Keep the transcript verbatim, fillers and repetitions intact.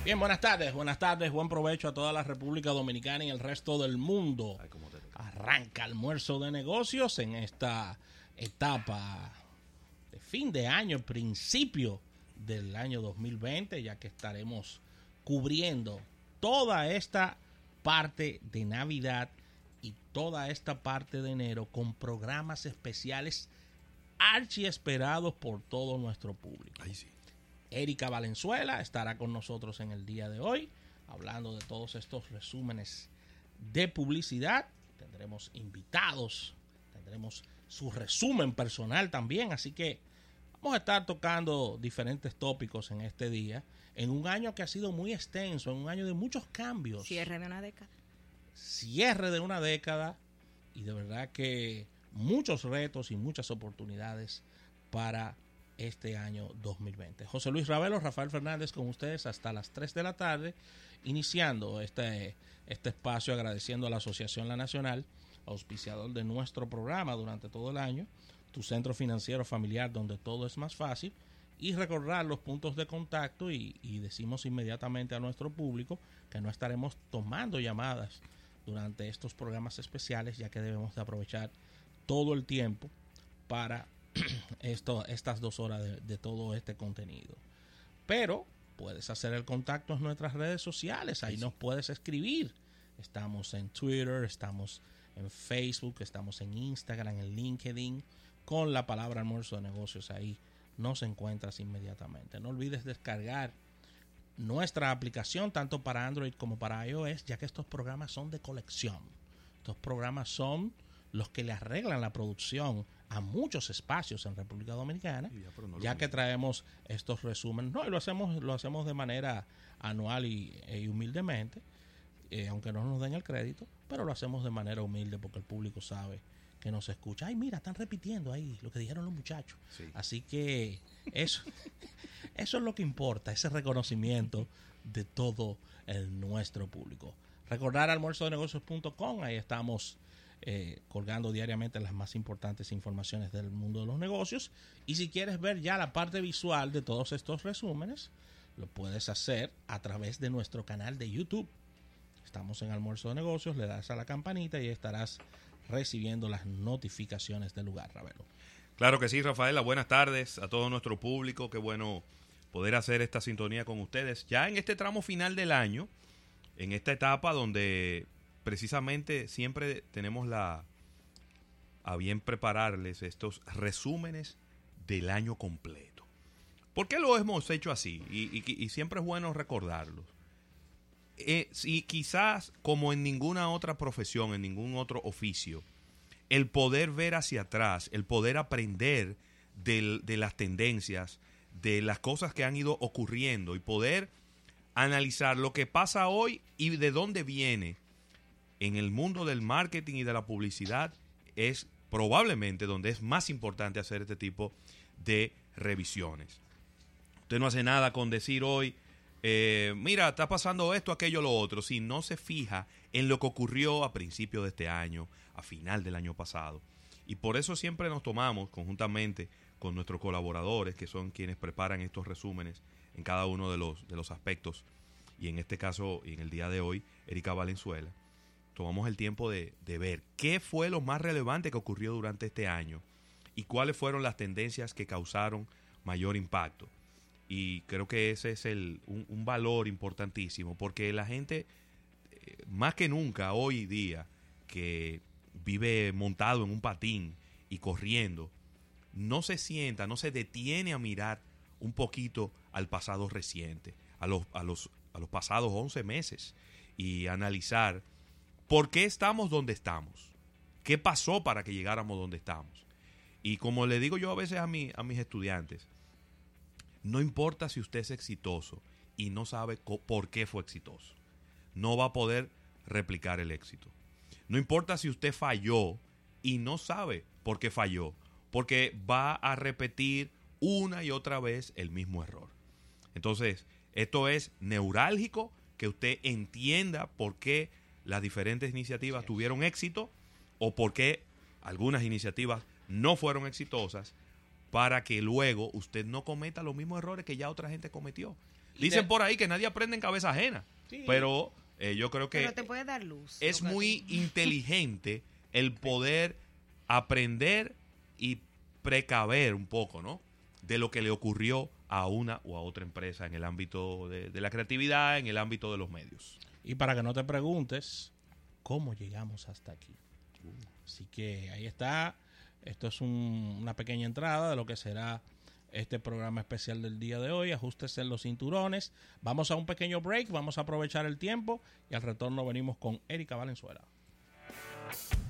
Bien, buenas tardes, buenas tardes, buen provecho a toda la República Dominicana y el resto del mundo. Ay, cómo te toca. Arranca Almuerzo de Negocios en esta etapa de fin de año, principio del año dos mil veinte, ya que estaremos cubriendo toda esta parte de Navidad y toda esta parte de enero con programas especiales archiesperados por todo nuestro público. Ahí sí. Erika Valenzuela estará con nosotros en el día de hoy, hablando de todos estos resúmenes de publicidad. Tendremos invitados, tendremos su resumen personal también, así que vamos a estar tocando diferentes tópicos en este día, en un año que ha sido muy extenso, en un año de muchos cambios. Cierre de una década. Cierre de una década y de verdad que muchos retos y muchas oportunidades para este año dos mil veinte. José Luis Ravelo, Rafael Fernández con ustedes hasta las tres de la tarde, iniciando este, este espacio, agradeciendo a la Asociación La Nacional, auspiciador de nuestro programa durante todo el año, tu centro financiero familiar donde todo es más fácil, y recordar los puntos de contacto y, y decimos inmediatamente a nuestro público que no estaremos tomando llamadas durante estos programas especiales, ya que debemos de aprovechar todo el tiempo para esto, estas dos horas de, de todo este contenido. Pero puedes hacer el contacto en nuestras redes sociales, ahí sí. Nos puedes escribir. Estamos en Twitter, estamos en Facebook, estamos en Instagram, en LinkedIn, con la palabra Almuerzo de Negocios, ahí nos encuentras inmediatamente. No olvides descargar nuestra aplicación tanto para Android como para iOS, ya que estos programas son de colección. Estos programas son los que le arreglan la producción a muchos espacios en República Dominicana, ya, no ya que traemos estos resúmenes. No, y lo hacemos, lo hacemos de manera anual y, y humildemente, eh, aunque no nos den el crédito, pero lo hacemos de manera humilde porque el público sabe que nos escucha. Ay, mira, están repitiendo ahí lo que dijeron los muchachos. Sí. Así que eso, eso es lo que importa, ese reconocimiento de todo el, nuestro público. Recordar almuerzo de negocios punto com, ahí estamos Eh, colgando diariamente las más importantes informaciones del mundo de los negocios, y si quieres ver ya la parte visual de todos estos resúmenes, lo puedes hacer a través de nuestro canal de YouTube. Estamos en Almuerzo de Negocios, le das a la campanita y estarás recibiendo las notificaciones del lugar, Ravelo. Claro que sí, Rafaela, buenas tardes a todo nuestro público, qué bueno poder hacer esta sintonía con ustedes ya en este tramo final del año, en esta etapa donde precisamente siempre tenemos la a bien prepararles estos resúmenes del año completo. ¿Por qué lo hemos hecho así? Y, y, y siempre es bueno recordarlos. Eh, si quizás como en ninguna otra profesión, en ningún otro oficio, el poder ver hacia atrás, el poder aprender de, de las tendencias, de las cosas que han ido ocurriendo y poder analizar lo que pasa hoy y de dónde viene en el mundo del marketing y de la publicidad, es probablemente donde es más importante hacer este tipo de revisiones. Usted no hace nada con decir hoy, eh, mira, está pasando esto, aquello, lo otro, si no se fija en lo que ocurrió a principio de este año, a final del año pasado. Y por eso siempre nos tomamos, conjuntamente con nuestros colaboradores, que son quienes preparan estos resúmenes en cada uno de los, de los aspectos, y en este caso, y en el día de hoy, Erika Valenzuela, tomamos el tiempo de, de ver qué fue lo más relevante que ocurrió durante este año y cuáles fueron las tendencias que causaron mayor impacto. Y creo que ese es el, un, un valor importantísimo, porque la gente, eh, más que nunca hoy día, que vive montado en un patín y corriendo, no se sienta, no se detiene a mirar un poquito al pasado reciente, a los, a los, a los pasados once meses, y analizar ¿por qué estamos donde estamos? ¿Qué pasó para que llegáramos donde estamos? Y como le digo yo a veces a, mi, a mis estudiantes, no importa si usted es exitoso y no sabe por qué fue exitoso, no va a poder replicar el éxito. No importa si usted falló y no sabe por qué falló, porque va a repetir una y otra vez el mismo error. Entonces, esto es neurálgico, que usted entienda por qué las diferentes iniciativas sí. tuvieron éxito o por qué algunas iniciativas no fueron exitosas, para que luego usted no cometa los mismos errores que ya otra gente cometió. Dicen de, por ahí que nadie aprende en cabeza ajena. Sí. Pero eh, yo creo que Pero te puede dar luz. es muy inteligente el poder aprender y precaver un poco, ¿no? De lo que le ocurrió a una o a otra empresa en el ámbito de, de la creatividad, en el ámbito de los medios. Y para que no te preguntes cómo llegamos hasta aquí. Uh. Así que ahí está. Esto es un, una pequeña entrada de lo que será este programa especial del día de hoy. Ajústese en los cinturones. Vamos a un pequeño break. Vamos a aprovechar el tiempo y al retorno venimos con Erika Valenzuela.